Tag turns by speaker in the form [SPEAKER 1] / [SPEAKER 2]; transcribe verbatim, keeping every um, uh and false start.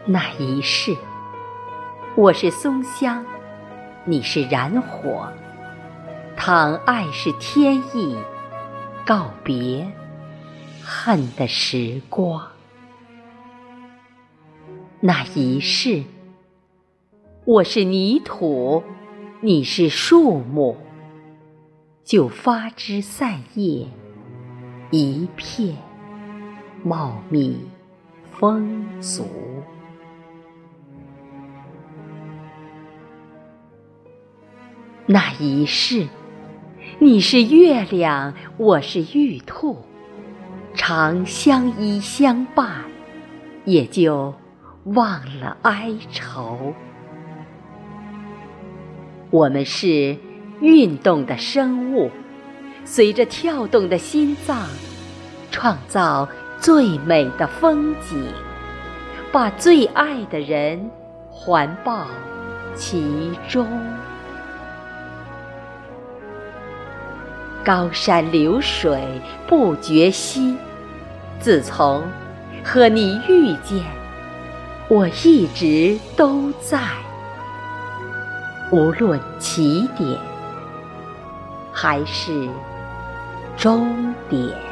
[SPEAKER 1] 那一世，我是松香，你是燃火。倘爱是天意，告别恨的时光。那一世，我是泥土，你是树木，就发枝散叶，一片茂密丰足。那一世，你是月亮，我是玉兔，常相依相伴，也就忘了哀愁。我们是运动的生物，随着跳动的心脏，创造最美的风景，把最爱的人环抱其中。高山流水不觉稀，自从和你遇见，我一直都在。无论起点还是终点。